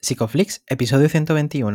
Psicoflix, episodio 121.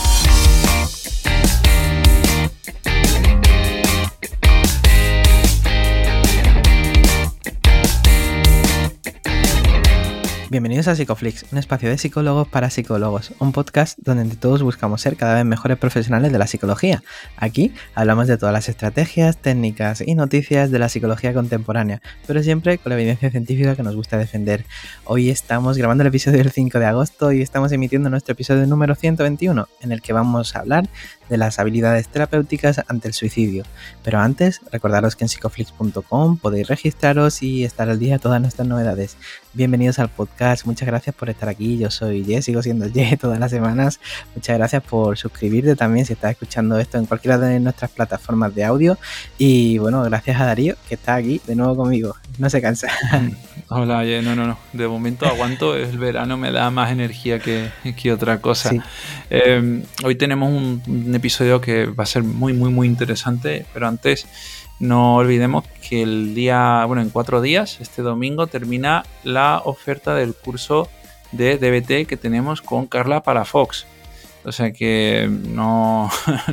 Bienvenidos a Psicoflix, un espacio de psicólogos para psicólogos, un podcast donde entre todos buscamos ser cada vez mejores profesionales de la psicología. Aquí hablamos de todas las estrategias, técnicas y noticias de la psicología contemporánea, pero siempre con la evidencia científica que nos gusta defender. Hoy estamos grabando el episodio del 5 de agosto y estamos emitiendo nuestro episodio número 121, en el que vamos a hablar de las habilidades terapéuticas ante el suicidio. Pero antes, recordaros que en psicoflix.com podéis registraros y estar al día de todas nuestras novedades. Bienvenidos al podcast, muchas gracias por estar aquí. Yo soy Ye, sigo siendo el Ye todas las semanas. Muchas gracias por suscribirte también si estás escuchando esto en cualquiera de nuestras plataformas de audio. Y bueno, gracias a Darío que está aquí de nuevo conmigo, no se cansa. Hola, Ye, no, de momento aguanto, el verano me da más energía que otra cosa. Sí. Hoy tenemos un episodio que va a ser muy interesante, pero antes no olvidemos que en 4 días, este domingo, termina la oferta del curso de DBT que tenemos con Carla Palafox. O sea que no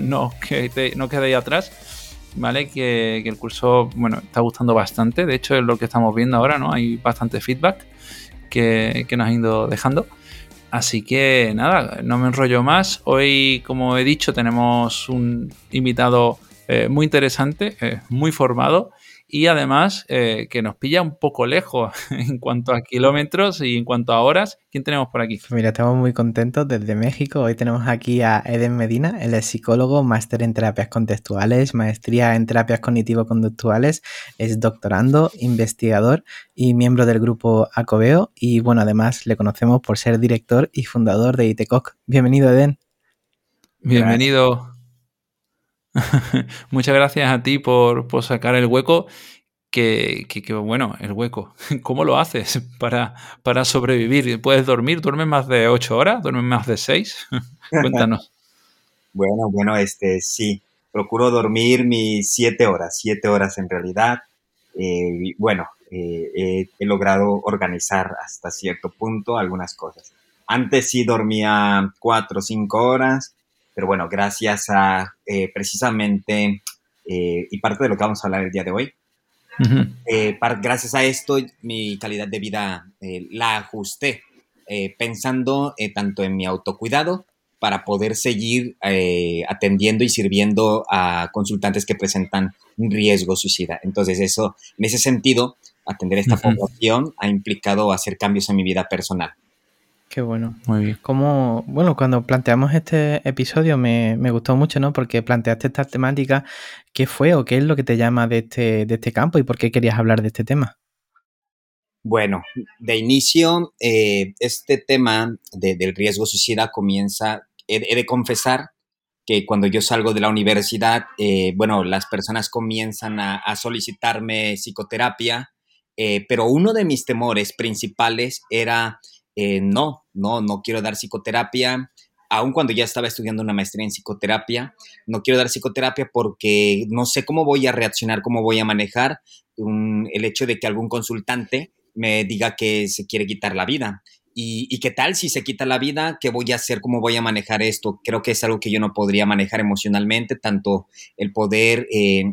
quedéis atrás, ¿vale? Que el curso, está gustando bastante. De hecho, es lo que estamos viendo ahora, ¿no? Hay bastante feedback que nos han ido dejando. Así que nada, no me enrollo más. Hoy, como he dicho, tenemos un invitado muy interesante, muy formado y además que nos pilla un poco lejos en cuanto a kilómetros y en cuanto a horas. ¿Quién tenemos por aquí? Pues mira, estamos muy contentos desde México. Hoy tenemos aquí a Eden Medina. Él es psicólogo, máster en terapias contextuales, maestría en terapias cognitivo-conductuales, es doctorando, investigador y miembro del grupo Acobeo. Y bueno, además le conocemos por ser director y fundador de ITCOC. Bienvenido, Eden. Bienvenido. Muchas gracias a ti por sacar el hueco. Que el hueco. ¿Cómo lo haces para sobrevivir? ¿Puedes dormir? ¿Duermes más de 8 horas? ¿Duermes más de 6? Cuéntanos. Bueno, sí. Procuro dormir mis 7 horas en realidad. He logrado organizar hasta cierto punto algunas cosas. Antes sí dormía 4 o 5 horas, pero bueno, gracias a precisamente, y parte de lo que vamos a hablar el día de hoy, gracias a esto mi calidad de vida la ajusté, pensando tanto en mi autocuidado para poder seguir atendiendo y sirviendo a consultantes que presentan un riesgo suicida. Entonces eso, en ese sentido, atender esta población ha implicado hacer cambios en mi vida personal. Qué bueno. Muy bien. Cuando planteamos este episodio me gustó mucho, ¿no? Porque planteaste esta temática. ¿Qué fue o qué es lo que te llama de este campo y por qué querías hablar de este tema? Bueno, de inicio, este tema del riesgo suicida comienza, he de confesar que cuando yo salgo de la universidad, las personas comienzan a solicitarme psicoterapia, pero uno de mis temores principales era, no quiero dar psicoterapia, aun cuando ya estaba estudiando una maestría en psicoterapia, no quiero dar psicoterapia porque no sé cómo voy a reaccionar, cómo voy a manejar el hecho de que algún consultante me diga que se quiere quitar la vida. ¿Y qué tal si se quita la vida? ¿Qué voy a hacer? ¿Cómo voy a manejar esto? Creo que es algo que yo no podría manejar emocionalmente, tanto el poder,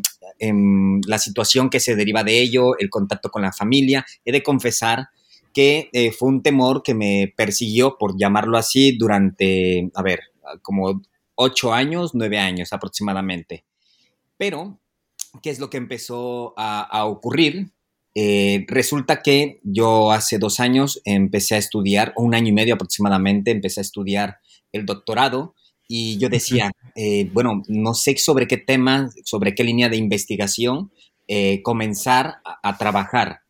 la situación que se deriva de ello, el contacto con la familia. He de confesar que fue un temor que me persiguió, por llamarlo así, durante, como 8 años, 9 años aproximadamente. Pero, ¿qué es lo que empezó a ocurrir? Resulta que yo hace 2 años empecé a estudiar, o 1 año y medio aproximadamente, empecé a estudiar el doctorado y yo decía, no sé sobre qué tema, sobre qué línea de investigación comenzar a trabajar.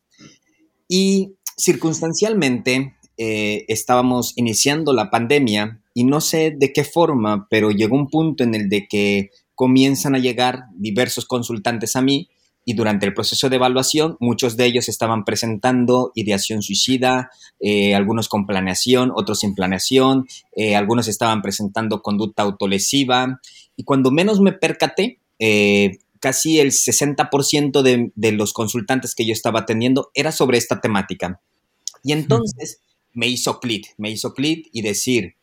Y circunstancialmente estábamos iniciando la pandemia y no sé de qué forma, pero llegó un punto en el de que comienzan a llegar diversos consultantes a mí. Y durante el proceso de evaluación, muchos de ellos estaban presentando ideación suicida, algunos con planeación, otros sin planeación, algunos estaban presentando conducta autolesiva. Y cuando menos me percaté, casi el 60% de los consultantes que yo estaba atendiendo era sobre esta temática. Y entonces me hizo clic y decir,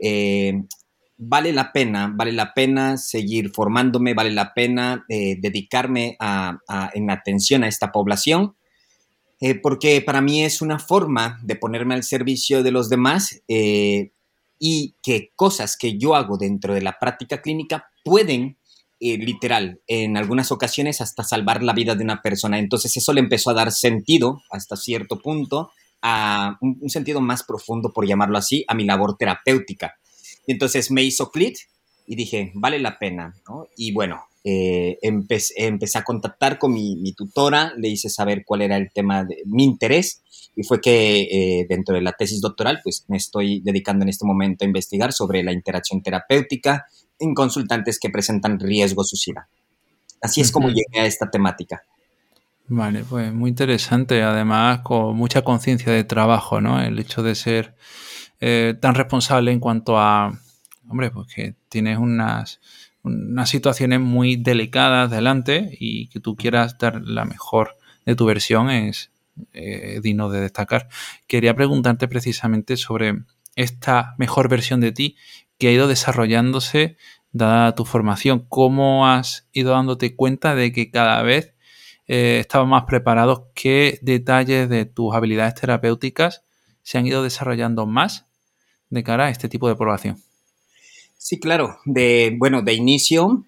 vale la pena seguir formándome, vale la pena dedicarme en atención a esta población, porque para mí es una forma de ponerme al servicio de los demás y que cosas que yo hago dentro de la práctica clínica pueden, literal, en algunas ocasiones hasta salvar la vida de una persona. Entonces eso le empezó a dar sentido hasta cierto punto, a un sentido más profundo, por llamarlo así, a mi labor terapéutica. Entonces me hizo clic y dije, vale la pena, ¿no? Y bueno, empecé a contactar con mi tutora, le hice saber cuál era el tema de mi interés y fue que dentro de la tesis doctoral pues me estoy dedicando en este momento a investigar sobre la interacción terapéutica en consultantes que presentan riesgo suicida. Así es como llegué a esta temática. Vale, pues muy interesante, además con mucha conciencia de trabajo, ¿no? El hecho de ser tan responsable en cuanto a, hombre, pues que tienes unas situaciones muy delicadas delante y que tú quieras dar la mejor de tu versión es digno de destacar. Quería preguntarte precisamente sobre esta mejor versión de ti que ha ido desarrollándose dada tu formación. ¿Cómo has ido dándote cuenta de que cada vez estabas más preparados? ¿Qué detalles de tus habilidades terapéuticas se han ido desarrollando más de cara a este tipo de población? Sí, claro. De inicio,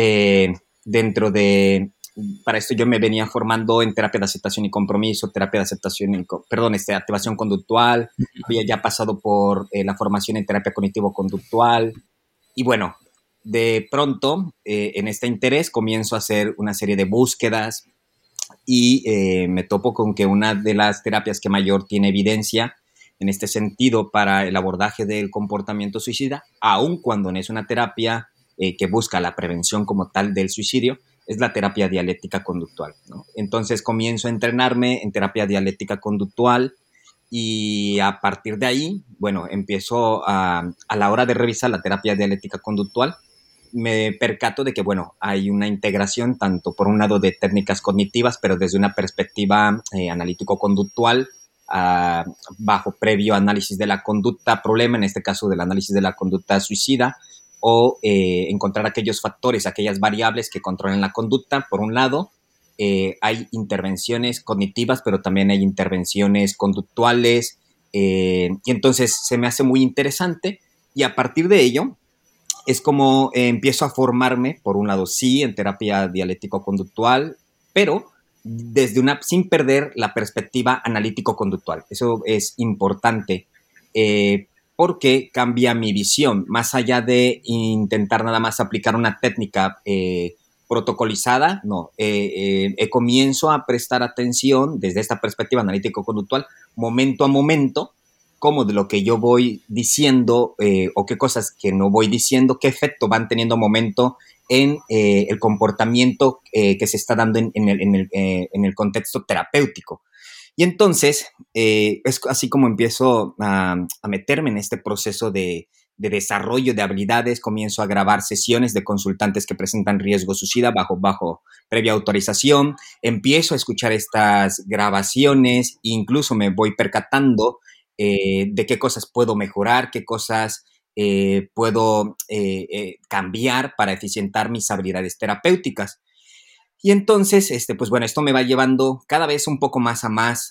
para esto yo me venía formando en terapia de aceptación y compromiso, terapia de aceptación activación conductual, había ya pasado por la formación en terapia cognitivo-conductual y bueno, de pronto en este interés comienzo a hacer una serie de búsquedas y me topo con que una de las terapias que mayor tiene evidencia en este sentido para el abordaje del comportamiento suicida, aun cuando no es una terapia que busca la prevención como tal del suicidio, es la terapia dialéctica conductual, ¿no? Entonces comienzo a entrenarme en terapia dialéctica conductual y a partir de ahí, bueno, empiezo a la hora de revisar la terapia dialéctica conductual, me percato de que, bueno, hay una integración tanto por un lado de técnicas cognitivas, pero desde una perspectiva analítico-conductual, bajo previo análisis de la conducta problema, en este caso del análisis de la conducta suicida, o encontrar aquellos factores, aquellas variables que controlan la conducta, por un lado. Hay intervenciones cognitivas, pero también hay intervenciones conductuales, y entonces se me hace muy interesante, y a partir de ello es como empiezo a formarme, por un lado sí, en terapia dialéctico-conductual, pero sin perder la perspectiva analítico-conductual. Eso es importante porque cambia mi visión. Más allá de intentar nada más aplicar una técnica protocolizada, no. Comienzo a prestar atención desde esta perspectiva analítico-conductual, momento a momento, cómo de lo que yo voy diciendo o qué cosas que no voy diciendo, qué efecto van teniendo momento en el comportamiento que se está dando en el contexto terapéutico. Y entonces es así como empiezo a meterme en este proceso de desarrollo de habilidades, comienzo a grabar sesiones de consultantes que presentan riesgo suicida bajo previa autorización, empiezo a escuchar estas grabaciones, incluso me voy percatando de qué cosas puedo mejorar, qué cosas puedo cambiar para eficientar mis habilidades terapéuticas. Y entonces, pues bueno, esto me va llevando cada vez un poco más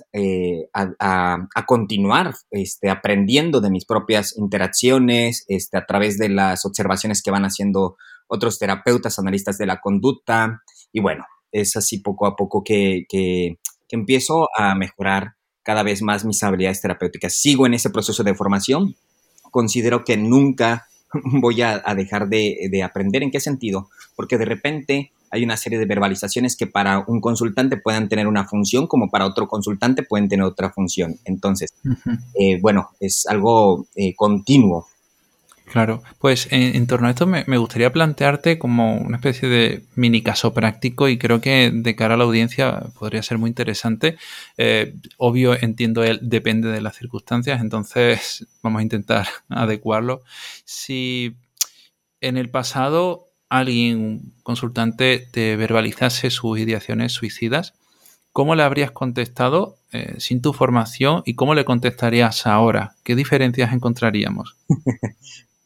a continuar aprendiendo de mis propias interacciones, a través de las observaciones que van haciendo otros terapeutas, analistas de la conducta. Y bueno, es así poco a poco que empiezo a mejorar cada vez más mis habilidades terapéuticas. Sigo en ese proceso de formación. Considero que nunca voy a dejar de aprender. ¿En qué sentido? Porque de repente hay una serie de verbalizaciones que para un consultante puedan tener una función, como para otro consultante pueden tener otra función. Entonces, bueno, es algo continuo. Claro, pues en torno a esto me gustaría plantearte como una especie de mini caso práctico y creo que de cara a la audiencia podría ser muy interesante. Obvio, entiendo, depende de las circunstancias, entonces vamos a intentar adecuarlo. Si en el pasado alguien, un consultante, te verbalizase sus ideaciones suicidas, ¿cómo le habrías contestado sin tu formación y cómo le contestarías ahora? ¿Qué diferencias encontraríamos?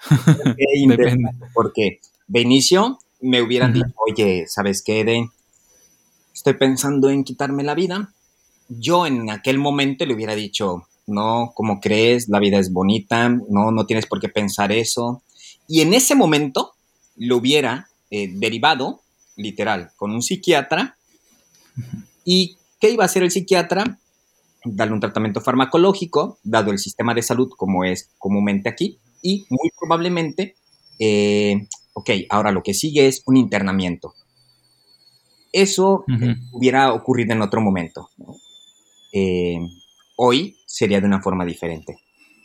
Qué Depende. interesante, porque de inicio me hubieran dicho, Ujú. oye, ¿sabes qué, Eden? Estoy pensando en quitarme la vida. Yo en aquel momento le hubiera dicho, no, ¿cómo crees? La vida es bonita, no, no tienes por qué pensar eso. Y en ese momento lo hubiera derivado, literal, con un psiquiatra. ¿Y qué iba a hacer el psiquiatra? Darle un tratamiento farmacológico, dado el sistema de salud como es comúnmente aquí, y muy probablemente, ok, ahora lo que sigue es un internamiento. Eso Ujú. hubiera ocurrido en otro momento, ¿no? Eh, Hoy sería de una forma diferente.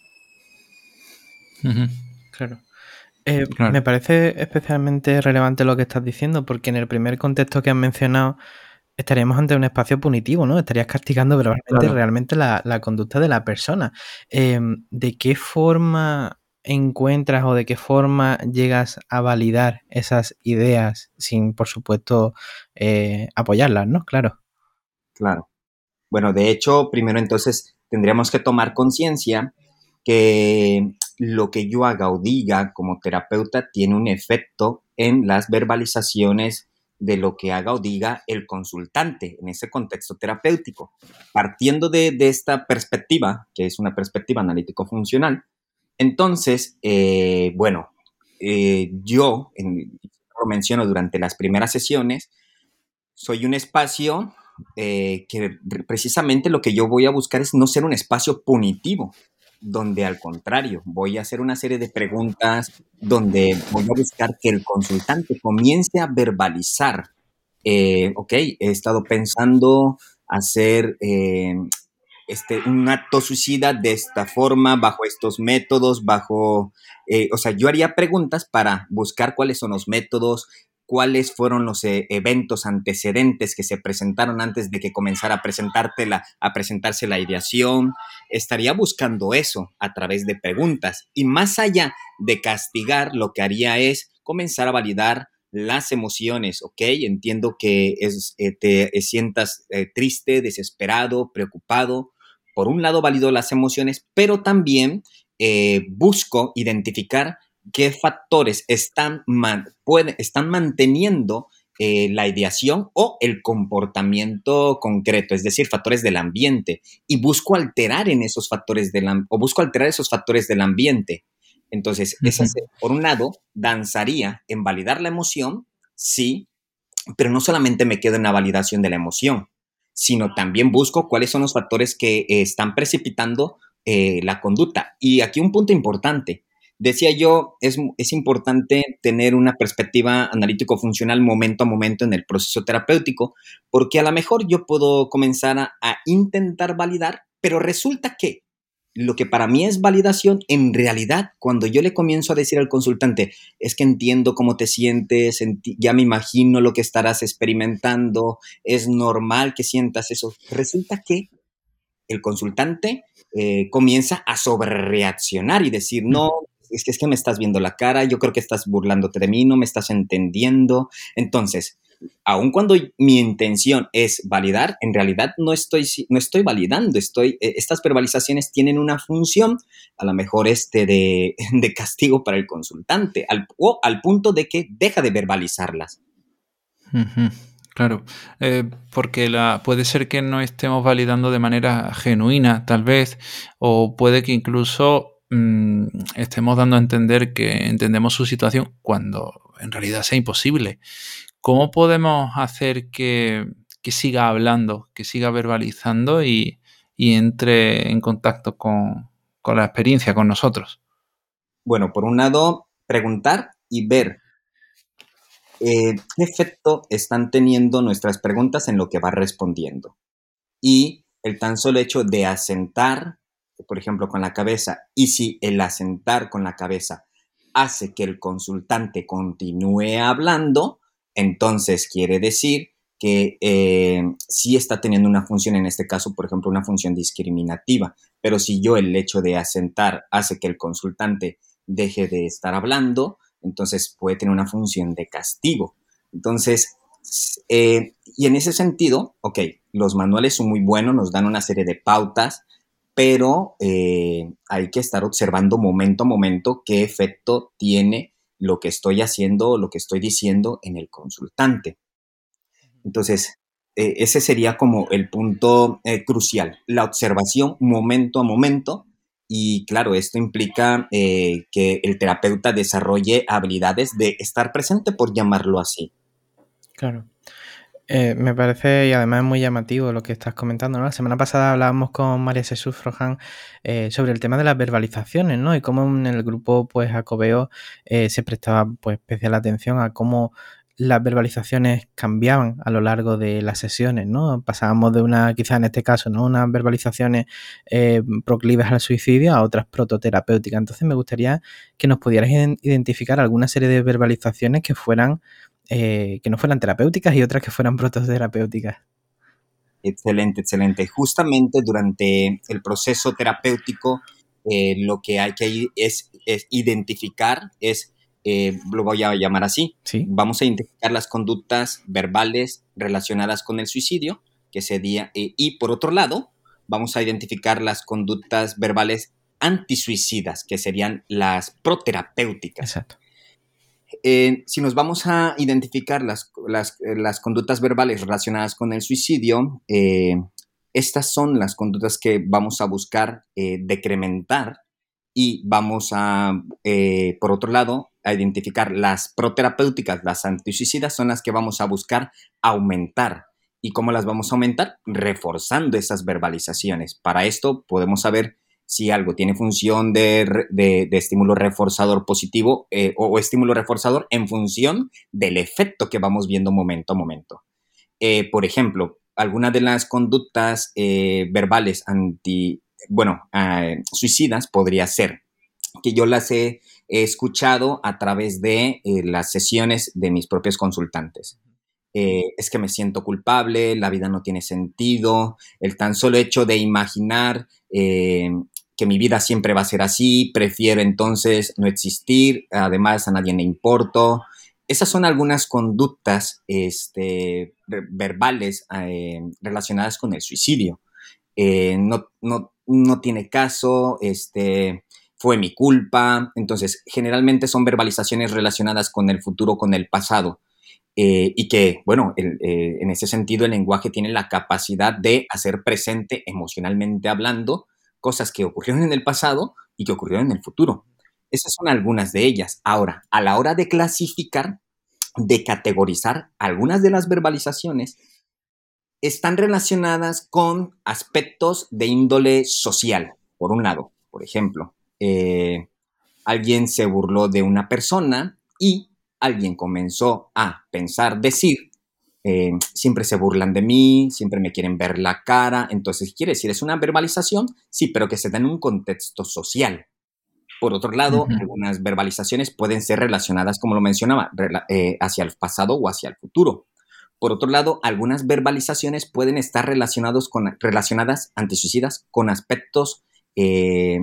Ujú. Claro. Me Claro, parece especialmente relevante lo que estás diciendo, porque en el primer contexto que has mencionado estaríamos ante un espacio punitivo, ¿no? Estarías castigando verbalmente claro. realmente la conducta de la persona. ¿De qué forma encuentras o de qué forma llegas a validar esas ideas sin, por supuesto, apoyarlas, ¿no? Claro. Claro. Bueno, de hecho, primero entonces tendríamos que tomar conciencia que lo que yo haga o diga como terapeuta tiene un efecto en las verbalizaciones de lo que haga o diga el consultante en ese contexto terapéutico. Partiendo de esta perspectiva, que es una perspectiva analítico-funcional, entonces, bueno, lo menciono durante las primeras sesiones, soy un espacio que precisamente lo que yo voy a buscar es no ser un espacio punitivo, donde al contrario, voy a hacer una serie de preguntas donde voy a buscar que el consultante comience a verbalizar, ok, he estado pensando hacer un acto suicida de esta forma, bajo estos métodos, o sea, yo haría preguntas para buscar cuáles son los métodos, cuáles fueron los eventos antecedentes que se presentaron antes de que comenzara a presentarse la ideación. Estaría buscando eso a través de preguntas. Y más allá de castigar, lo que haría es comenzar a validar las emociones, ¿ok? Entiendo que te sientas triste, desesperado, preocupado. Por un lado, valido las emociones, pero también busco identificar qué factores están manteniendo la ideación o el comportamiento concreto, es decir, factores del ambiente, y busco alterar en esos factores o busco alterar esos factores del ambiente. Entonces, Ujú. por un lado, danzaría en validar la emoción, sí, pero no solamente me quedo en la validación de la emoción, sino también busco cuáles son los factores que están precipitando la conducta. Y aquí un punto importante. Decía yo, es importante tener una perspectiva analítico-funcional momento a momento en el proceso terapéutico, porque a lo mejor yo puedo comenzar a intentar validar, pero resulta que lo que para mí es validación, en realidad, cuando yo le comienzo a decir al consultante, es que entiendo cómo te sientes, ya me imagino lo que estarás experimentando, es normal que sientas eso. Resulta que el consultante comienza a sobrereaccionar y decir, no, es que me estás viendo la cara, yo creo que estás burlándote de mí, no me estás entendiendo. Entonces, aun cuando mi intención es validar, en realidad no estoy validando, estas verbalizaciones tienen una función, a lo mejor de castigo para el consultante, o al punto de que deja de verbalizarlas. Ujú. Claro, porque puede ser que no estemos validando de manera genuina, tal vez, o puede que incluso estemos dando a entender que entendemos su situación cuando en realidad sea imposible. ¿Cómo podemos hacer que siga hablando, que siga verbalizando y entre en contacto con la experiencia, con nosotros? Bueno, por un lado, preguntar y ver qué efecto están teniendo nuestras preguntas en lo que va respondiendo. Y el tan solo hecho de asentar, por ejemplo, con la cabeza, y si el asentar con la cabeza hace que el consultante continúe hablando, entonces quiere decir que sí está teniendo una función, en este caso, por ejemplo, una función discriminativa. Pero si yo el hecho de asentar hace que el consultante deje de estar hablando, entonces puede tener una función de castigo. Entonces, y en ese sentido, ok, los manuales son muy buenos, nos dan una serie de pautas, pero hay que estar observando momento a momento qué efecto tiene lo que estoy haciendo o lo que estoy diciendo en el consultante. Entonces, ese sería como el punto crucial, la observación momento a momento. Y claro, esto implica que el terapeuta desarrolle habilidades de estar presente, por llamarlo así. Claro. Me parece, y además es muy llamativo lo que estás comentando, ¿no? La semana pasada hablábamos con María Jesús Frojan sobre el tema de las verbalizaciones, ¿no? Y cómo en el grupo, pues, Acobeo se prestaba, pues, especial atención a cómo las verbalizaciones cambiaban a lo largo de las sesiones, ¿no? Pasábamos de quizás en este caso, ¿no? Unas verbalizaciones proclives al suicidio a otras prototerapéuticas. Entonces me gustaría que nos pudieras identificar alguna serie de verbalizaciones que no fueran terapéuticas y otras que fueran prototerapéuticas. Excelente, excelente. Justamente durante el proceso terapéutico, lo que hay que es identificar, lo voy a llamar así, ¿Sí? Vamos a identificar las conductas verbales relacionadas con el suicidio, que sería, y por otro lado, vamos a identificar las conductas verbales antisuicidas, que serían las proterapéuticas. Exacto. Si nos vamos a identificar las conductas verbales relacionadas con el suicidio, estas son las conductas que vamos a buscar decrementar y vamos a, por otro lado, a identificar las proterapéuticas, las antisuicidas, son las que vamos a buscar aumentar. ¿Y cómo las vamos a aumentar? Reforzando esas verbalizaciones. Para esto podemos saber si algo tiene función de estímulo reforzador positivo o estímulo reforzador en función del efecto que vamos viendo momento a momento. Por ejemplo, algunas de las conductas verbales suicidas podría ser que yo las he escuchado a través de las sesiones de mis propios consultantes. Es que me siento culpable, la vida no tiene sentido, el tan solo hecho de imaginar que mi vida siempre va a ser así, prefiero entonces no existir, además a nadie le importo. Esas son algunas conductas verbales relacionadas con el suicidio. No tiene caso, fue mi culpa. Entonces, generalmente son verbalizaciones relacionadas con el futuro, con el pasado. Y que, bueno, en ese sentido el lenguaje tiene la capacidad de hacer presente emocionalmente hablando cosas que ocurrieron en el pasado y que ocurrieron en el futuro. Esas son algunas de ellas. Ahora, a la hora de clasificar, de categorizar, algunas de las verbalizaciones están relacionadas con aspectos de índole social. Por un lado, por ejemplo, alguien se burló de una persona y alguien comenzó a decir, siempre se burlan de mí, siempre me quieren ver la cara. Entonces, quiere decir, es una verbalización, sí, pero que se da en un contexto social. Por otro lado, algunas verbalizaciones pueden ser relacionadas, como lo mencionaba, hacia el pasado o hacia el futuro. Por otro lado, algunas verbalizaciones pueden estar relacionadas, antisuicidas, con aspectos que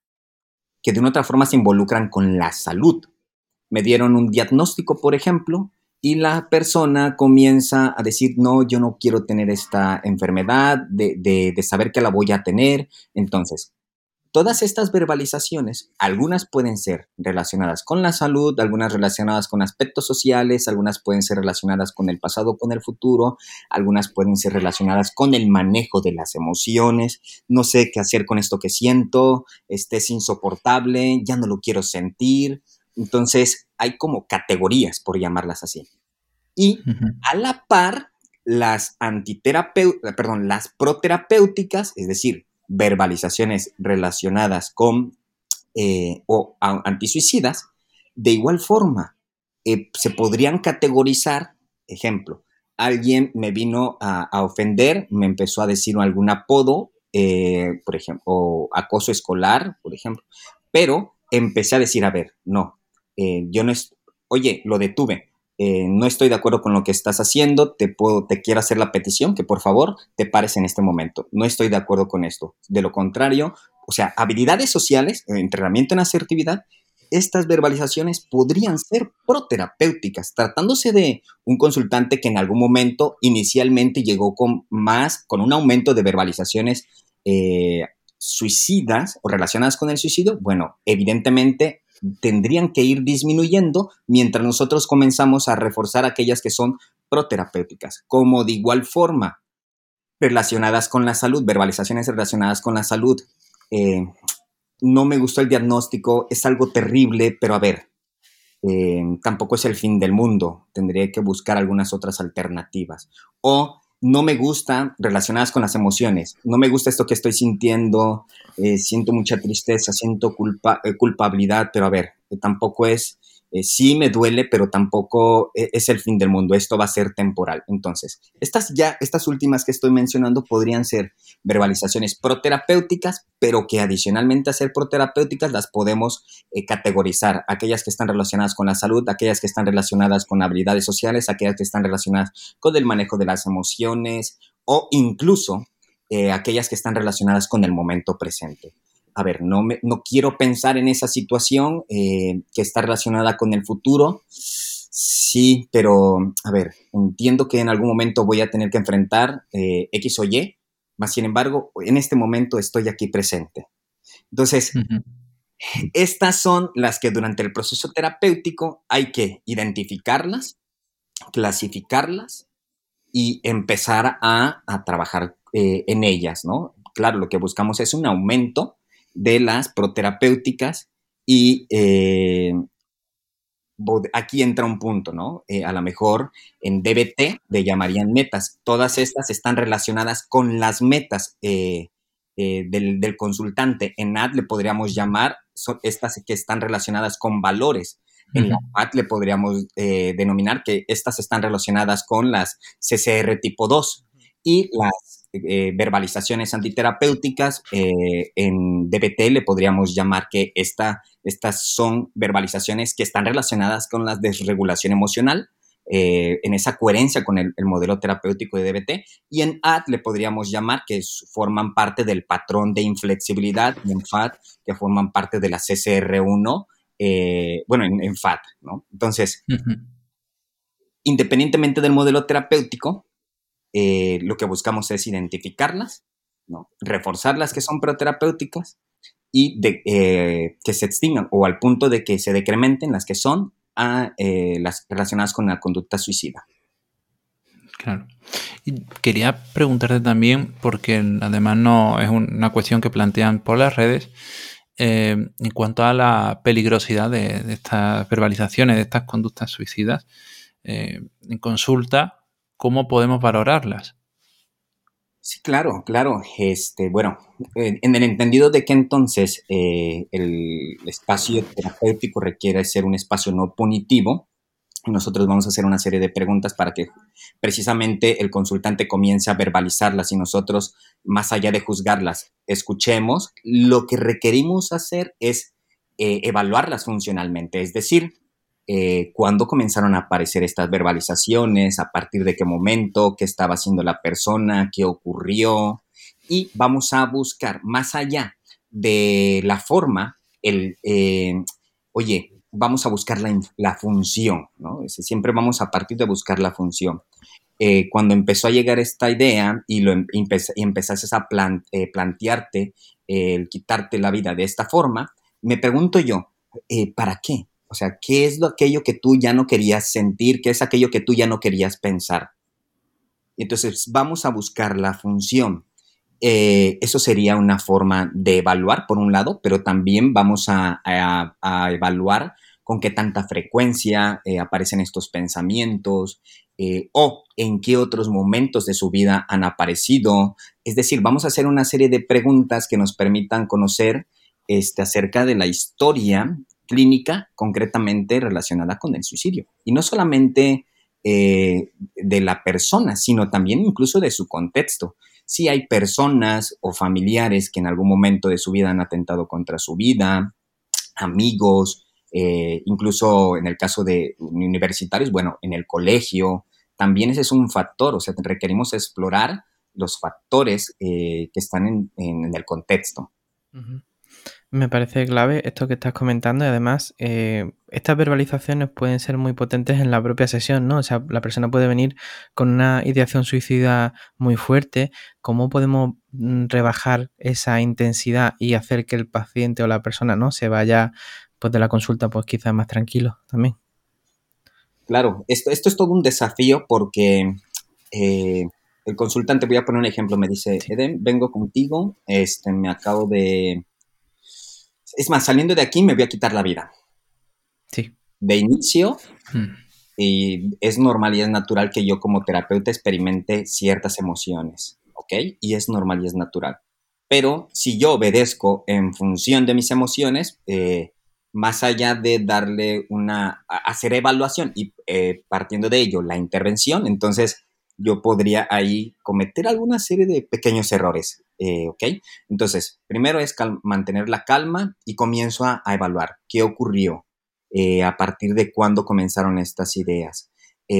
de una otra forma se involucran con la salud. Me dieron un diagnóstico, por ejemplo, y la persona comienza a decir, no, yo no quiero tener esta enfermedad, de saber que la voy a tener. Entonces, todas estas verbalizaciones, algunas pueden ser relacionadas con la salud, algunas relacionadas con aspectos sociales, algunas pueden ser relacionadas con el pasado, con el futuro, algunas pueden ser relacionadas con el manejo de las emociones. No sé qué hacer con esto que siento, es insoportable, ya no lo quiero sentir. Entonces, hay como categorías, por llamarlas así. Y a la par, las proterapéuticas, es decir, verbalizaciones relacionadas con antisuicidas, de igual forma, se podrían categorizar, ejemplo, alguien me vino a ofender, me empezó a decir algún apodo, por ejemplo, o acoso escolar, por ejemplo, pero empecé a decir, a ver, no, oye, lo detuve, no estoy de acuerdo con lo que estás haciendo, te quiero hacer la petición que por favor te pares en este momento, no estoy de acuerdo con esto, de lo contrario, o sea, habilidades sociales, entrenamiento en asertividad, estas verbalizaciones podrían ser proterapéuticas, tratándose de un consultante que en algún momento inicialmente llegó con un aumento de verbalizaciones suicidas o relacionadas con el suicidio, bueno, evidentemente tendrían que ir disminuyendo mientras nosotros comenzamos a reforzar aquellas que son proterapéuticas, como de igual forma relacionadas con la salud, verbalizaciones relacionadas con la salud. No me gustó el diagnóstico, es algo terrible, pero a ver, tampoco es el fin del mundo, tendría que buscar algunas otras alternativas. O no me gusta relacionadas con las emociones, no me gusta esto que estoy sintiendo, siento mucha tristeza, siento culpabilidad, pero a ver, tampoco es, sí me duele, pero tampoco es el fin del mundo, esto va a ser temporal. Entonces, estas últimas que estoy mencionando podrían ser verbalizaciones proterapéuticas, pero que adicionalmente a ser proterapéuticas las podemos categorizar, aquellas que están relacionadas con la salud, aquellas que están relacionadas con habilidades sociales, aquellas que están relacionadas con el manejo de las emociones o incluso aquellas que están relacionadas con el momento presente. A ver, no quiero pensar en esa situación que está relacionada con el futuro. Sí, pero a ver, entiendo que en algún momento voy a tener que enfrentar X o Y, más sin embargo, en este momento estoy aquí presente. Entonces, estas son las que durante el proceso terapéutico hay que identificarlas, clasificarlas y empezar a trabajar en ellas, ¿no? Claro, lo que buscamos es un aumento de las proterapéuticas y aquí entra un punto, ¿no? A lo mejor en DBT le llamarían metas. Todas estas están relacionadas con las metas del consultante. En AD le podríamos llamar estas que están relacionadas con valores. En la PAT le podríamos denominar que estas están relacionadas con las CCR tipo 2 y las verbalizaciones antiterapéuticas en DBT le podríamos llamar que estas son verbalizaciones que están relacionadas con la desregulación emocional, en esa coherencia con el modelo terapéutico de DBT, y en AD le podríamos llamar que forman parte del patrón de inflexibilidad, y en FAT que forman parte de la CCR1, bueno, en FAT, ¿no? Entonces, independientemente del modelo terapéutico, lo que buscamos es identificarlas, ¿no? Reforzar las que son proterapéuticas y que se extingan o al punto de que se decrementen las que son las relacionadas con la conducta suicida. Claro. Y quería preguntarte también, porque además no es una cuestión que plantean por las redes, en cuanto a la peligrosidad de estas verbalizaciones, de estas conductas suicidas, en consulta, ¿cómo podemos valorarlas? Sí, claro. Bueno, en el entendido de que entonces el espacio terapéutico requiere ser un espacio no punitivo, nosotros vamos a hacer una serie de preguntas para que precisamente el consultante comience a verbalizarlas y nosotros, más allá de juzgarlas, escuchemos. Lo que requerimos hacer es evaluarlas funcionalmente, es decir, cuándo comenzaron a aparecer estas verbalizaciones, a partir de qué momento, qué estaba haciendo la persona, qué ocurrió, y vamos a buscar más allá de la forma, vamos a buscar la función, ¿no? Siempre vamos a partir de buscar la función. Cuando empezó a llegar esta idea y empezaste a plantearte el quitarte la vida de esta forma, me pregunto yo, ¿para qué? O sea, ¿qué es aquello que tú ya no querías sentir? ¿Qué es aquello que tú ya no querías pensar? Entonces, vamos a buscar la función. Eso sería una forma de evaluar, por un lado, pero también vamos a evaluar con qué tanta frecuencia aparecen estos pensamientos o en qué otros momentos de su vida han aparecido. Es decir, vamos a hacer una serie de preguntas que nos permitan conocer acerca de la historia clínica concretamente relacionada con el suicidio. Y no solamente de la persona, sino también incluso de su contexto. Si hay personas o familiares que en algún momento de su vida han atentado contra su vida, amigos, incluso en el caso de universitarios, bueno, en el colegio, también ese es un factor, o sea, requerimos explorar los factores que están en el contexto. Me parece clave esto que estás comentando y además estas verbalizaciones pueden ser muy potentes en la propia sesión, ¿no? O sea, la persona puede venir con una ideación suicida muy fuerte. ¿Cómo podemos rebajar esa intensidad y hacer que el paciente o la persona, ¿no?, se vaya pues de la consulta pues quizás más tranquilo también? Claro, esto es todo un desafío porque el consultante, voy a poner un ejemplo, me dice, Sí, Eden, vengo contigo, me acabo de... Es más, saliendo de aquí me voy a quitar la vida. sí. De inicio, Mm. y es normal y es natural que yo como terapeuta experimente ciertas emociones, ¿ok? Y es normal y es natural. Pero si yo obedezco en función de mis emociones, más allá de darle hacer evaluación y partiendo de ello la intervención, entonces yo podría ahí cometer alguna serie de pequeños errores, ¿ok? Entonces, primero es mantener la calma y comienzo a evaluar qué ocurrió, a partir de cuándo comenzaron estas ideas.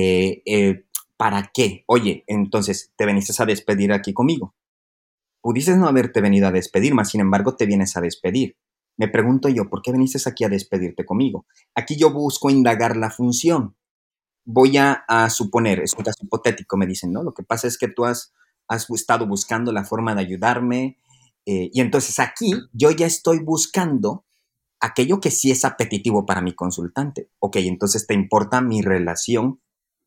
¿Para qué? Oye, entonces te veniste a despedir aquí conmigo. Pudieses no haberte venido a despedir, mas sin embargo te vienes a despedir. Me pregunto yo, ¿por qué viniste aquí a despedirte conmigo? Aquí yo busco indagar la función. Voy a suponer, es un caso hipotético, me dicen, ¿no? Lo que pasa es que tú has estado buscando la forma de ayudarme, y entonces aquí yo ya estoy buscando aquello que sí es apetitivo para mi consultante. Ok, entonces te importa mi relación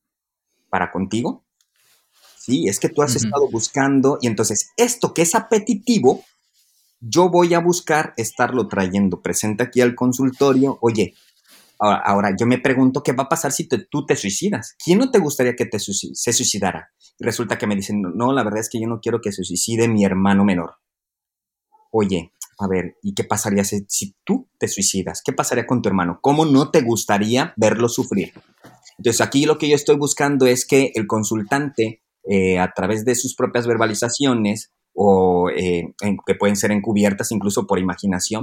para contigo. Sí, es que tú has Ujú. estado buscando y entonces esto que es apetitivo, yo voy a buscar estarlo trayendo presente aquí al consultorio. Oye, ahora yo me pregunto qué va a pasar si tú te suicidas. ¿Quién no te gustaría que se suicidara? Y resulta que me dicen, no, la verdad es que yo no quiero que se suicide mi hermano menor. Oye, a ver, ¿y qué pasaría si tú te suicidas? ¿Qué pasaría con tu hermano? ¿Cómo no te gustaría verlo sufrir? Entonces, aquí lo que yo estoy buscando es que el consultante, a través de sus propias verbalizaciones, o que pueden ser encubiertas incluso por imaginación,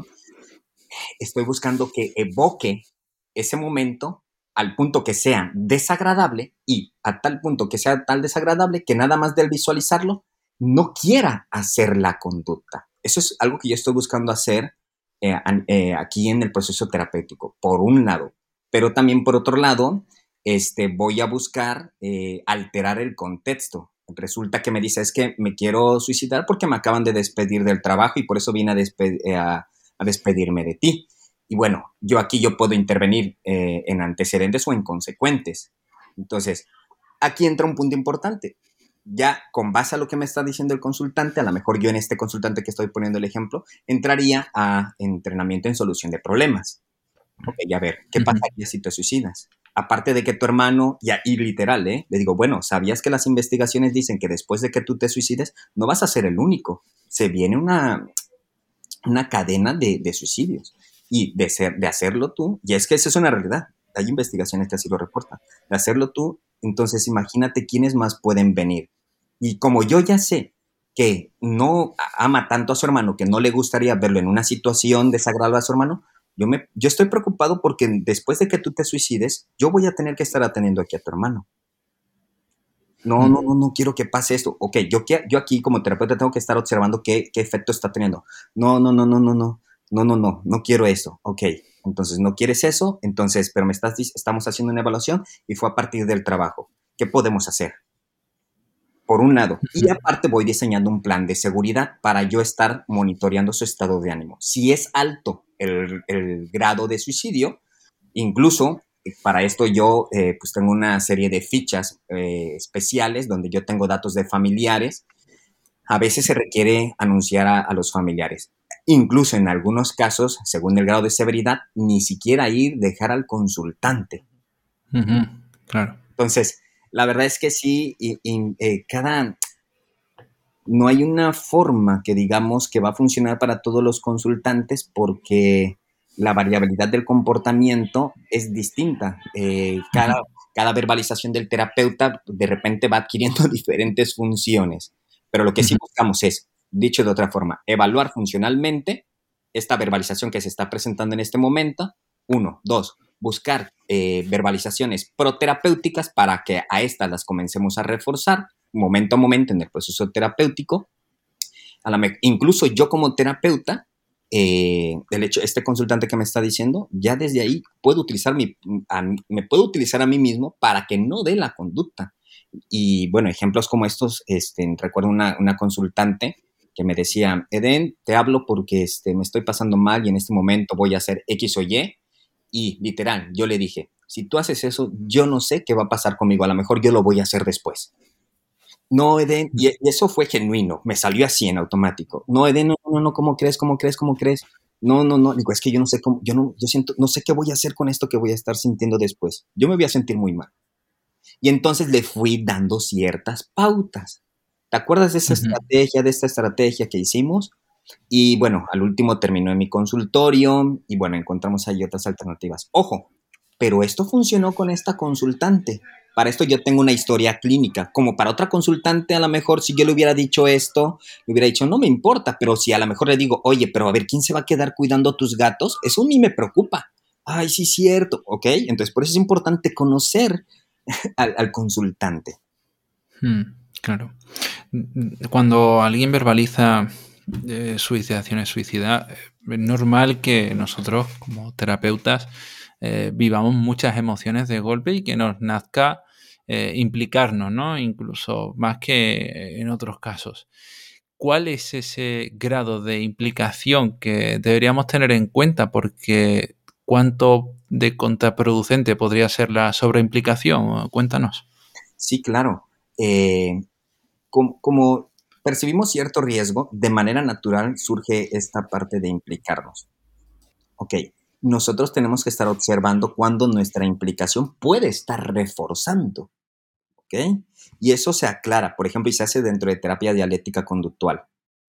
estoy buscando que evoque ese momento al punto que sea desagradable y a tal punto que sea tan desagradable que nada más del visualizarlo no quiera hacer la conducta. Eso es algo que yo estoy buscando hacer aquí en el proceso terapéutico, por un lado. Pero también por otro lado, voy a buscar alterar el contexto. Resulta que me dice, es que me quiero suicidar porque me acaban de despedir del trabajo y por eso vine a despedirme de ti. Y bueno, yo puedo intervenir en antecedentes o en consecuentes. Entonces, aquí entra un punto importante. Ya con base a lo que me está diciendo el consultante, a lo mejor yo en este consultante que estoy poniendo el ejemplo, entraría a entrenamiento en solución de problemas. Ok, a ver, ¿qué Ujú. pasaría si te suicidas? Aparte de que tu hermano, y literal, le digo, bueno, ¿sabías que las investigaciones dicen que después de que tú te suicides, no vas a ser el único? Se viene una cadena de suicidios y de hacerlo tú, y es que esa es una realidad, hay investigaciones que así lo reportan, de hacerlo tú, entonces imagínate quiénes más pueden venir. Y como yo ya sé que no ama tanto a su hermano, que no le gustaría verlo en una situación desagradable a su hermano, yo estoy preocupado porque después de que tú te suicides, yo voy a tener que estar atendiendo aquí a tu hermano. No, no, Mm. no, no quiero que pase esto. Ok, yo aquí como terapeuta tengo que estar observando qué efecto está teniendo. No, no, no, no, no, no, no, no, no, no quiero eso. Ok, entonces no quieres eso, entonces, pero estamos haciendo una evaluación y fue a partir del trabajo. ¿Qué podemos hacer? Por un lado. Y aparte voy diseñando un plan de seguridad para yo estar monitoreando su estado de ánimo. Si es alto el grado de suicidio, incluso para esto yo pues tengo una serie de fichas especiales donde yo tengo datos de familiares. A veces se requiere anunciar a los familiares. Incluso en algunos casos, según el grado de severidad, ni siquiera dejar al consultante. Ujú. Claro. Entonces, la verdad es que sí, no hay una forma que digamos que va a funcionar para todos los consultantes porque la variabilidad del comportamiento es distinta. Cada verbalización del terapeuta de repente va adquiriendo diferentes funciones, pero lo que sí Ujú. buscamos es, dicho de otra forma, evaluar funcionalmente esta verbalización que se está presentando en este momento. Uno, dos, buscar verbalizaciones proterapéuticas para que a estas las comencemos a reforzar momento a momento en el proceso terapéutico. Incluso yo como terapeuta del hecho, este consultante que me está diciendo, ya desde ahí puedo utilizar me puedo utilizar a mí mismo para que no dé la conducta. Y bueno, ejemplos como estos, recuerdo una consultante que me decía, Eden, te hablo porque me estoy pasando mal y en este momento voy a hacer X o y literal, yo le dije, si tú haces eso, yo no sé qué va a pasar conmigo, a lo mejor yo lo voy a hacer después. No, Eden, y eso fue genuino, me salió así en automático. No, Eden, no, ¿cómo crees? No, digo, es que yo no sé cómo, yo siento, no sé qué voy a hacer con esto que voy a estar sintiendo después. Yo me voy a sentir muy mal. Y entonces le fui dando ciertas pautas. ¿Te acuerdas de esa de esta estrategia que hicimos? Y bueno, al último terminó en mi consultorio y bueno, encontramos ahí otras alternativas. Ojo, pero esto funcionó con esta consultante. Para esto yo tengo una historia clínica. Como para otra consultante, a lo mejor si yo le hubiera dicho esto, le hubiera dicho, no me importa, pero si a lo mejor le digo, oye, pero a ver, ¿quién se va a quedar cuidando a tus gatos? Eso a mí me preocupa. Ay, sí, cierto. Ok, entonces por eso es importante conocer al consultante. Claro. Cuando alguien verbaliza sus ideaciones suicidas, es normal que nosotros como terapeutas vivamos muchas emociones de golpe y que nos nazca implicarnos, ¿no? Incluso más que en otros casos. ¿Cuál es ese grado de implicación que deberíamos tener en cuenta? Porque ¿cuánto de contraproducente podría ser la sobreimplicación? Cuéntanos. Sí, claro. Como percibimos cierto riesgo, de manera natural surge esta parte de implicarnos. Ok, nosotros tenemos que estar observando cuando nuestra implicación puede estar reforzando. ¿Ok? Y eso se aclara, por ejemplo, y se hace dentro de terapia dialéctica conductual.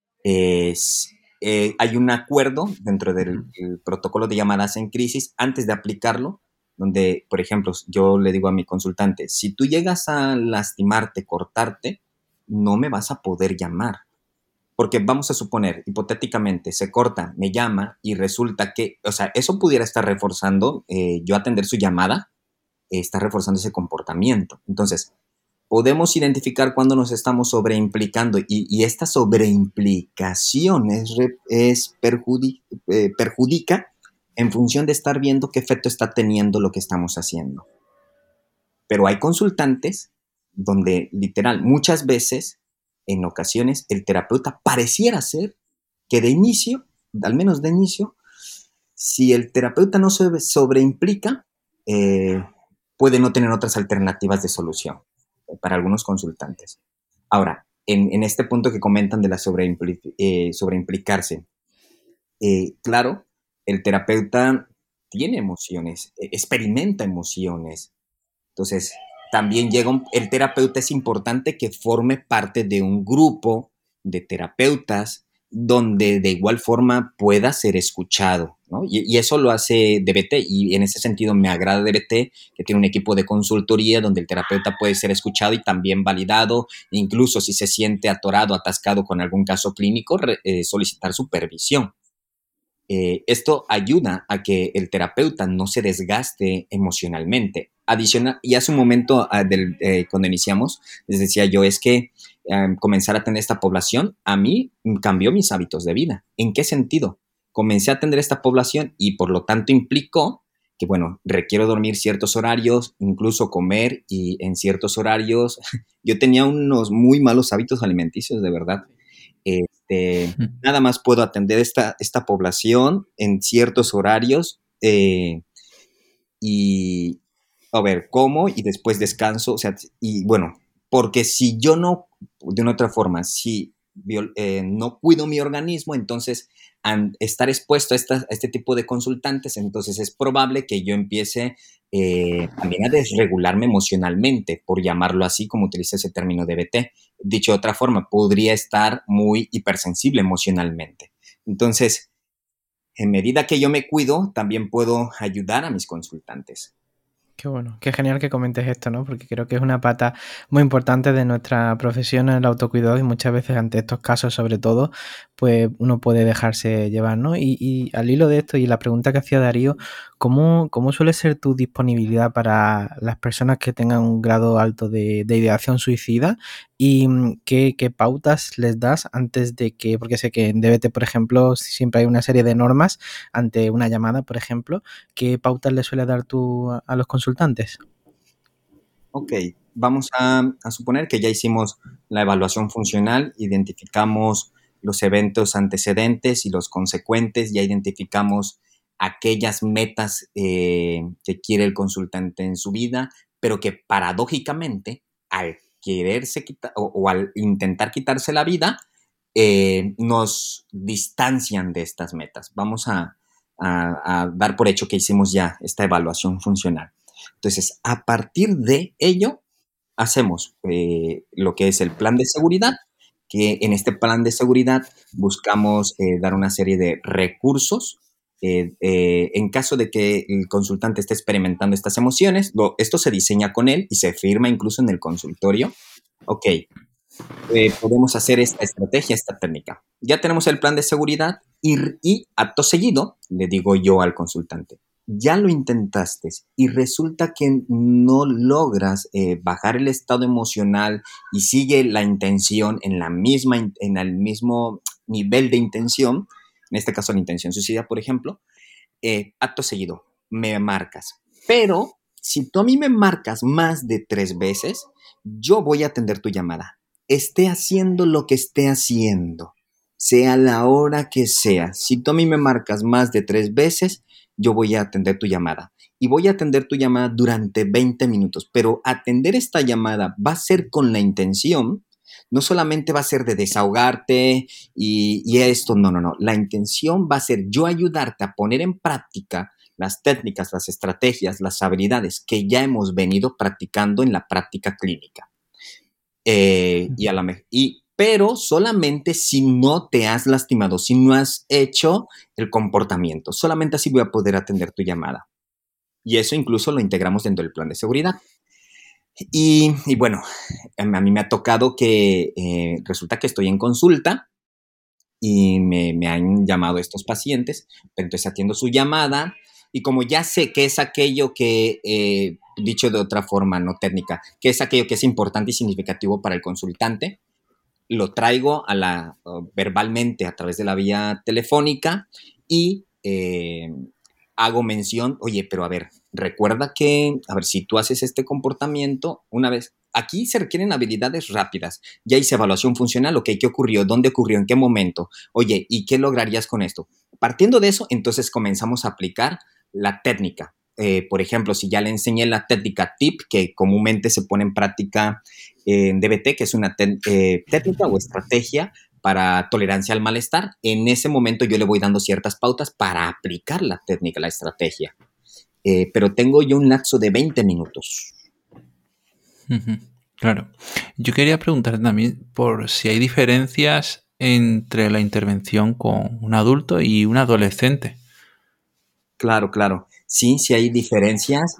Hay un acuerdo dentro del protocolo de llamadas en crisis antes de aplicarlo, donde, por ejemplo, yo le digo a mi consultante, si tú llegas a lastimarte, cortarte, no me vas a poder llamar. Porque vamos a suponer, hipotéticamente, se corta, me llama y resulta que, o sea, eso pudiera estar reforzando, yo atender su llamada, está reforzando ese comportamiento. Entonces, podemos identificar cuando nos estamos sobreimplicando y esta sobreimplicación perjudica en función de estar viendo qué efecto está teniendo lo que estamos haciendo. Pero hay consultantes donde literal muchas veces, en ocasiones, el terapeuta pareciera ser que de inicio, al menos de inicio, si el terapeuta no se sobreimplica, puede no tener otras alternativas de solución para algunos consultantes. Ahora, en este punto que comentan de la sobreimplicarse, claro, el terapeuta tiene emociones, experimenta emociones. Entonces, también el terapeuta es importante que forme parte de un grupo de terapeutas donde de igual forma pueda ser escuchado, ¿no? Y eso lo hace DBT y en ese sentido me agrada DBT, que tiene un equipo de consultoría donde el terapeuta puede ser escuchado y también validado, incluso si se siente atorado, atascado con algún caso clínico, solicitar supervisión. Esto ayuda a que el terapeuta no se desgaste emocionalmente. Adicional, y hace un momento cuando iniciamos, les decía yo, es que comenzar a atender esta población, a mí cambió mis hábitos de vida. ¿En qué sentido? Comencé a atender esta población y por lo tanto implicó que, bueno, requiero dormir ciertos horarios, incluso comer y en ciertos horarios. Yo tenía unos muy malos hábitos alimenticios, de verdad. Nada más puedo atender esta población en ciertos horarios y a ver, como y después descanso, o sea, y bueno, porque si yo no, de una otra forma, si no cuido mi organismo, entonces al estar expuesto a este tipo de consultantes, entonces es probable que yo empiece también a desregularme emocionalmente, por llamarlo así, como utiliza ese término DBT. Dicho de otra forma, podría estar muy hipersensible emocionalmente. Entonces, en medida que yo me cuido, también puedo ayudar a mis consultantes. Qué bueno, qué genial que comentes esto, ¿no? Porque creo que es una pata muy importante de nuestra profesión, el autocuidado, y muchas veces ante estos casos, sobre todo, pues uno puede dejarse llevar, ¿no? Y al hilo de esto y la pregunta que hacía Darío, ¿Cómo suele ser tu disponibilidad para las personas que tengan un grado alto de ideación suicida? ¿Y qué pautas les das antes de que, porque sé que en DBT, por ejemplo, siempre hay una serie de normas ante una llamada, por ejemplo, ¿qué pautas le suele dar tú a los consultantes? Ok, vamos a suponer que ya hicimos la evaluación funcional, identificamos los eventos antecedentes y los consecuentes, ya identificamos aquellas metas que quiere el consultante en su vida, pero que paradójicamente al quererse quitar o al intentar quitarse la vida, nos distancian de estas metas. Vamos a dar por hecho que hicimos ya esta evaluación funcional. Entonces, a partir de ello, hacemos lo que es el plan de seguridad, que en este plan de seguridad buscamos dar una serie de recursos. En caso de que el consultante esté experimentando estas emociones, esto se diseña con él y se firma incluso en el consultorio. Ok, podemos hacer esta estrategia, esta técnica. Ya tenemos el plan de seguridad y acto seguido le digo yo al consultante, ya lo intentaste y resulta que no logras bajar el estado emocional y sigue la intención en el mismo nivel de intención, en este caso la intención suicida, por ejemplo, acto seguido, me marcas. Pero si tú a mí me marcas más de 3 veces, yo voy a atender tu llamada. Esté haciendo lo que esté haciendo, sea la hora que sea. Si tú a mí me marcas más de 3 veces, yo voy a atender tu llamada. Y voy a atender tu llamada durante 20 minutos. Pero atender esta llamada va a ser con la intención, no solamente va a ser de desahogarte y esto, no. La intención va a ser yo ayudarte a poner en práctica las técnicas, las estrategias, las habilidades que ya hemos venido practicando en la práctica clínica. Pero solamente si no te has lastimado, si no has hecho el comportamiento. Solamente así voy a poder atender tu llamada. Y eso incluso lo integramos dentro del plan de seguridad. Y bueno, a mí me ha tocado que resulta que estoy en consulta y me han llamado estos pacientes, pero entonces atiendo su llamada y como ya sé que es aquello que, dicho de otra forma, no técnica, que es aquello que es importante y significativo para el consultante, lo traigo verbalmente a través de la vía telefónica y hago mención, oye, pero a ver, recuerda que, a ver, si tú haces este comportamiento una vez, aquí se requieren habilidades rápidas. Ya hice evaluación funcional, ok, ¿qué ocurrió? ¿Dónde ocurrió? ¿En qué momento? Oye, ¿y qué lograrías con esto? Partiendo de eso, entonces comenzamos a aplicar la técnica. Por ejemplo, si ya le enseñé la técnica TIP, que comúnmente se pone en práctica en DBT, que es una técnica o estrategia para tolerancia al malestar, en ese momento yo le voy dando ciertas pautas para aplicar la técnica, la estrategia. Pero tengo yo un lapso de 20 minutos. Claro. Yo quería preguntar también por si hay diferencias entre la intervención con un adulto y un adolescente. Claro. Sí hay diferencias.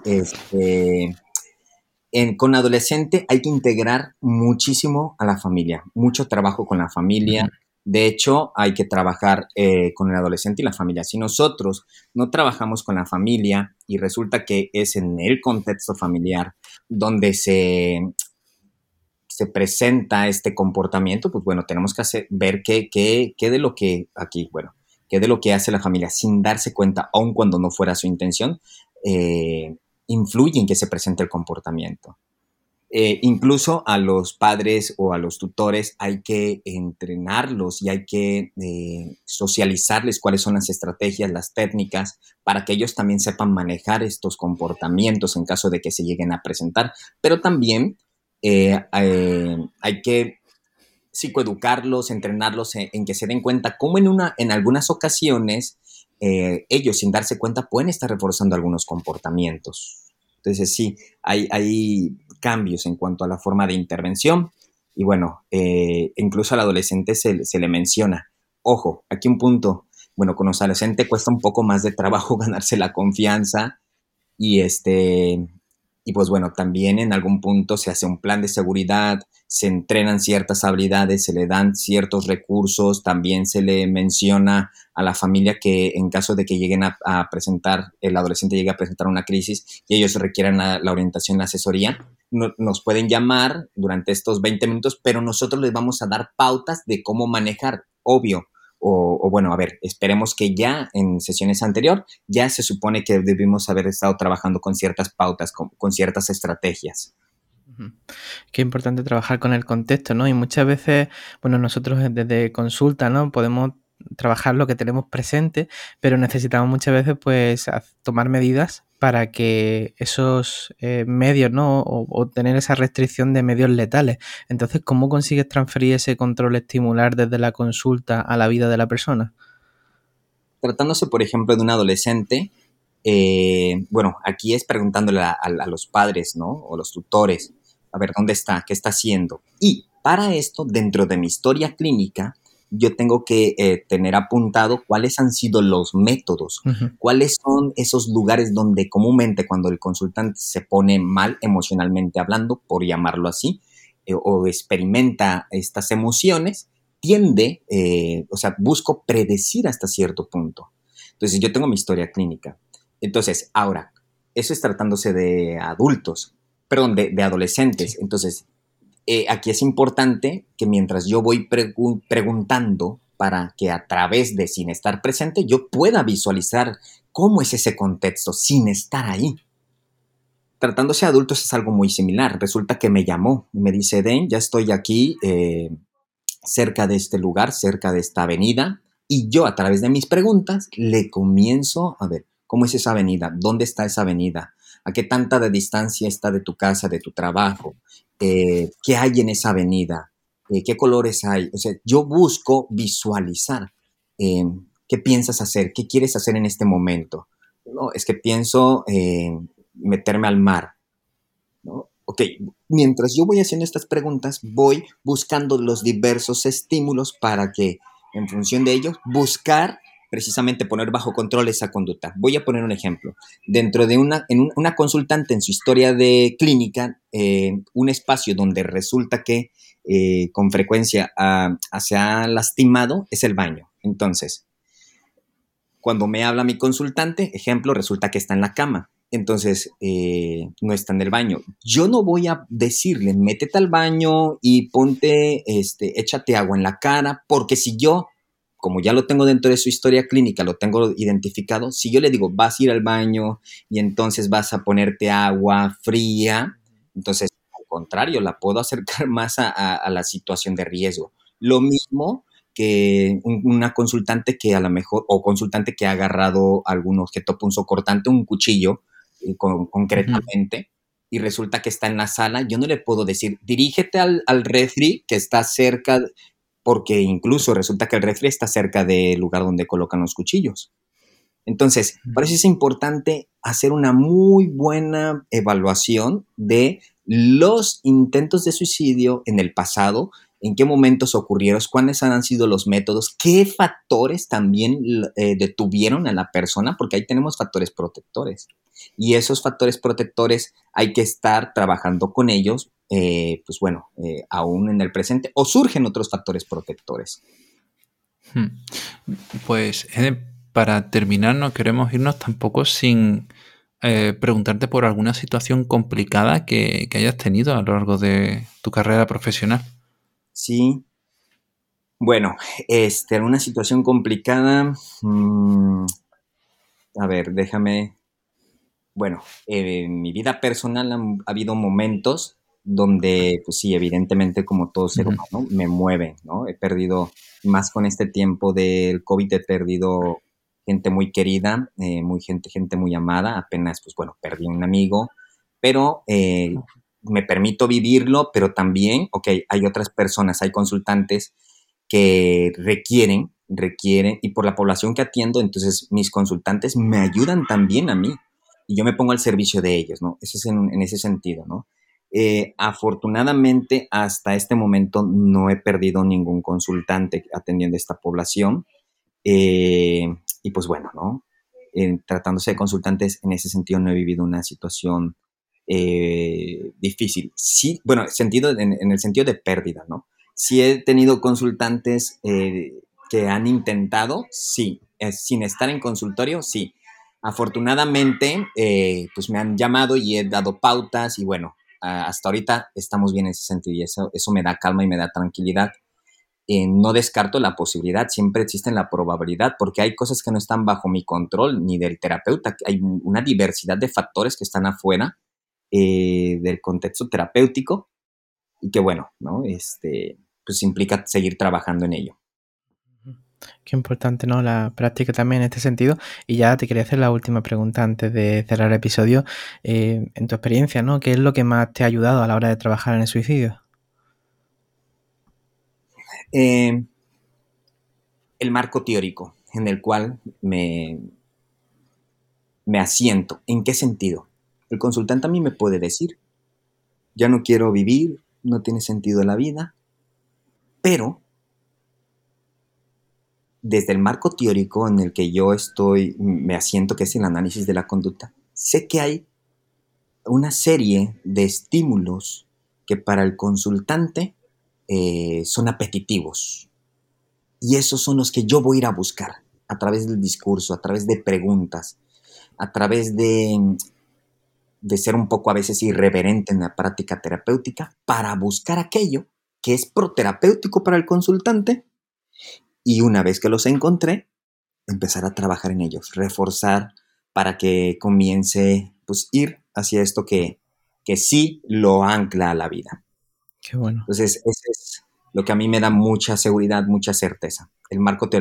Con adolescente hay que integrar muchísimo a la familia, mucho trabajo con la familia. De hecho, hay que trabajar con el adolescente y la familia. Si nosotros no trabajamos con la familia y resulta que es en el contexto familiar donde se presenta este comportamiento, pues bueno, tenemos que ver qué de lo que aquí, bueno, qué de lo que hace la familia sin darse cuenta, aun cuando no fuera su intención, influye en que se presente el comportamiento. Incluso a los padres o a los tutores hay que entrenarlos y hay que socializarles cuáles son las estrategias, las técnicas, para que ellos también sepan manejar estos comportamientos en caso de que se lleguen a presentar. Pero también hay que psicoeducarlos, entrenarlos en que se den cuenta cómo en algunas ocasiones ellos sin darse cuenta pueden estar reforzando algunos comportamientos. Entonces sí, hay cambios en cuanto a la forma de intervención y bueno, incluso al adolescente se le menciona. Ojo, aquí un punto, bueno, con los adolescentes cuesta un poco más de trabajo ganarse la confianza y Y pues bueno, también en algún punto se hace un plan de seguridad, se entrenan ciertas habilidades, se le dan ciertos recursos, también se le menciona a la familia que en caso de que lleguen a presentar, el adolescente llegue a presentar una crisis y ellos requieran la orientación, la asesoría, nos pueden llamar durante estos 20 minutos, pero nosotros les vamos a dar pautas de cómo manejar, obvio. O bueno, a ver, esperemos que ya en sesiones anteriores ya se supone que debimos haber estado trabajando con ciertas pautas, con ciertas estrategias. Qué importante trabajar con el contexto, ¿no? Y muchas veces, bueno, nosotros desde consulta, ¿no? Podemos trabajar lo que tenemos presente, pero necesitamos muchas veces, pues, tomar medidas para que esos medios, ¿no? O tener esa restricción de medios letales. Entonces, ¿cómo consigues transferir ese control estimular desde la consulta a la vida de la persona? Tratándose, por ejemplo, de un adolescente, bueno, aquí es preguntándole a los padres, ¿no? O los tutores, a ver, ¿dónde está? ¿Qué está haciendo? Y para esto, dentro de mi historia clínica, yo tengo que tener apuntado cuáles han sido los métodos, cuáles son esos lugares donde comúnmente cuando el consultante se pone mal emocionalmente hablando, por llamarlo así, o experimenta estas emociones, tiende, o sea, busco predecir hasta cierto punto. Entonces, yo tengo mi historia clínica. Entonces, ahora, eso es tratándose de adultos, perdón, de adolescentes. Sí. Entonces, aquí es importante que mientras yo voy preguntando para que a través de sin estar presente, yo pueda visualizar cómo es ese contexto sin estar ahí. Tratándose de adultos es algo muy similar. Resulta que me llamó y me dice, Den, ya estoy aquí cerca de este lugar, cerca de esta avenida, y yo a través de mis preguntas le comienzo a ver cómo es esa avenida, dónde está esa avenida, a qué tanta de distancia está de tu casa, de tu trabajo, qué hay en esa avenida, qué colores hay. O sea, yo busco visualizar qué piensas hacer, qué quieres hacer en este momento. No, es que pienso meterme al mar, ¿no? Ok, mientras yo voy haciendo estas preguntas, voy buscando los diversos estímulos para que, en función de ellos, buscar precisamente poner bajo control esa conducta. Voy a poner un ejemplo. Dentro de una consultante en su historia de clínica, un espacio donde resulta que con frecuencia se ha lastimado es el baño. Entonces, cuando me habla mi consultante, ejemplo, resulta que está en la cama. Entonces, no está en el baño. Yo no voy a decirle, métete al baño y ponte, échate agua en la cara, porque si yo, como ya lo tengo dentro de su historia clínica, lo tengo identificado, si yo le digo, vas a ir al baño y entonces vas a ponerte agua fría, entonces, al contrario, la puedo acercar más a la situación de riesgo. Lo mismo que una consultante que a lo mejor, o consultante que ha agarrado algún objeto punzocortante, un cuchillo, concretamente, y resulta que está en la sala, yo no le puedo decir, dirígete al refri que está cerca, porque incluso resulta que el refri está cerca del lugar donde colocan los cuchillos. Entonces, por eso es importante hacer una muy buena evaluación de los intentos de suicidio en el pasado, en qué momentos ocurrieron, cuáles han sido los métodos, qué factores también detuvieron a la persona, porque ahí tenemos factores protectores. Y esos factores protectores hay que estar trabajando con ellos, pues bueno, aún en el presente, o surgen otros factores protectores. Pues para terminar, no queremos irnos tampoco sin preguntarte por alguna situación complicada que hayas tenido a lo largo de tu carrera profesional. Sí. Bueno, una situación complicada. A ver, déjame. Bueno, en mi vida personal ha habido momentos donde, pues sí, evidentemente, como todo ser humano, me mueven, ¿no? He perdido, más con este tiempo del COVID, he perdido gente muy querida, gente muy amada. Apenas, pues bueno, perdí un amigo, pero me permito vivirlo, pero también, ok, hay otras personas, hay consultantes que requieren, y por la población que atiendo, entonces mis consultantes me ayudan también a mí y yo me pongo al servicio de ellos, ¿no? Eso es en ese sentido, ¿no? Afortunadamente, hasta este momento no he perdido ningún consultante atendiendo esta población. Y pues bueno, ¿no? Tratándose de consultantes, en ese sentido no he vivido una situación difícil. Sí, bueno, en el sentido de pérdida, ¿no? Sí he tenido consultantes que han intentado, sí, sin estar en consultorio, sí. Afortunadamente, pues me han llamado y he dado pautas y bueno, hasta ahorita estamos bien en ese sentido y eso me da calma y me da tranquilidad. No descarto la posibilidad, siempre existe la probabilidad, porque hay cosas que no están bajo mi control ni del terapeuta. Hay una diversidad de factores que están afuera del contexto terapéutico y que bueno, ¿no? Pues implica seguir trabajando en ello. Qué importante, ¿no? La práctica también en este sentido. Y ya te quería hacer la última pregunta antes de cerrar el episodio. En tu experiencia, ¿no? ¿Qué es lo que más te ha ayudado a la hora de trabajar en el suicidio? El marco teórico en el cual me asiento. ¿En qué sentido? El consultante a mí me puede decir, ya no quiero vivir, no tiene sentido la vida, pero desde el marco teórico en el que yo me asiento, que es el análisis de la conducta, sé que hay una serie de estímulos que para el consultante son apetitivos. Y esos son los que yo voy a ir a buscar a través del discurso, a través de preguntas, a través de ser un poco a veces irreverente en la práctica terapéutica para buscar aquello que es proterapéutico para el consultante y una vez que los encontré, empezar a trabajar en ellos, reforzar para que comience pues ir hacia esto que sí lo ancla a la vida. Qué bueno. Entonces, ese es lo que a mí me da mucha seguridad, mucha certeza. El marco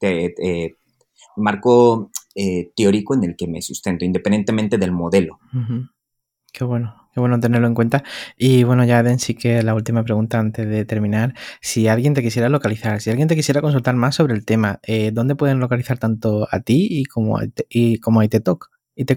teórico en el que me sustento, independientemente del modelo. Uh-huh. Qué bueno tenerlo en cuenta. Y bueno, ya Eden, sí que la última pregunta antes de terminar. Si alguien te quisiera localizar, si alguien te quisiera consultar más sobre el tema, ¿dónde pueden localizar tanto a ti y como a Itecoc?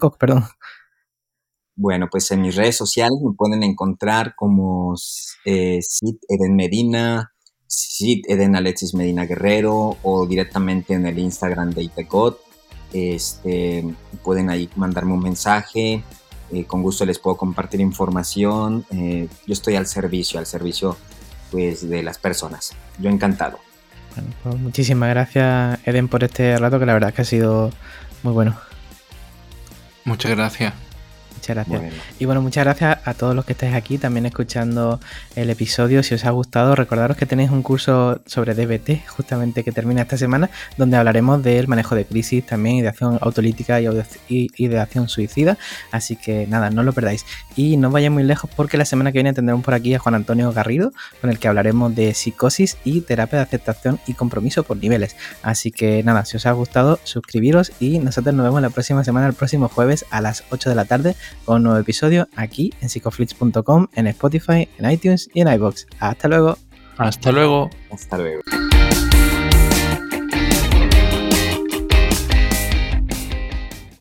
Bueno, pues en mis redes sociales me pueden encontrar como Sid Eden Medina, Sid Eden Alexis Medina Guerrero o directamente en el Instagram de Itecoc. Pueden ahí mandarme un mensaje. Con gusto les puedo compartir información. Yo estoy al servicio pues, de las personas. Yo encantado. Bueno, pues muchísimas gracias, Eden, por este rato, que la verdad es que ha sido muy bueno. Muchas gracias. Muchas gracias. Bueno. Y bueno, muchas gracias a todos los que estáis aquí también escuchando el episodio. Si os ha gustado, recordaros que tenéis un curso sobre DBT justamente que termina esta semana, donde hablaremos del manejo de crisis también, ideación autolítica y ideación suicida. Así que nada, no lo perdáis. Y no vayáis muy lejos porque la semana que viene tendremos por aquí a Juan Antonio Garrido, con el que hablaremos de psicosis y terapia de aceptación y compromiso por niveles. Así que nada, si os ha gustado, suscribiros y nosotros nos vemos la próxima semana, el próximo jueves a las 8 de la tarde con un nuevo episodio aquí en psicoflix.com, en Spotify, en iTunes y en iVoox. Hasta luego. Hasta luego. Hasta luego.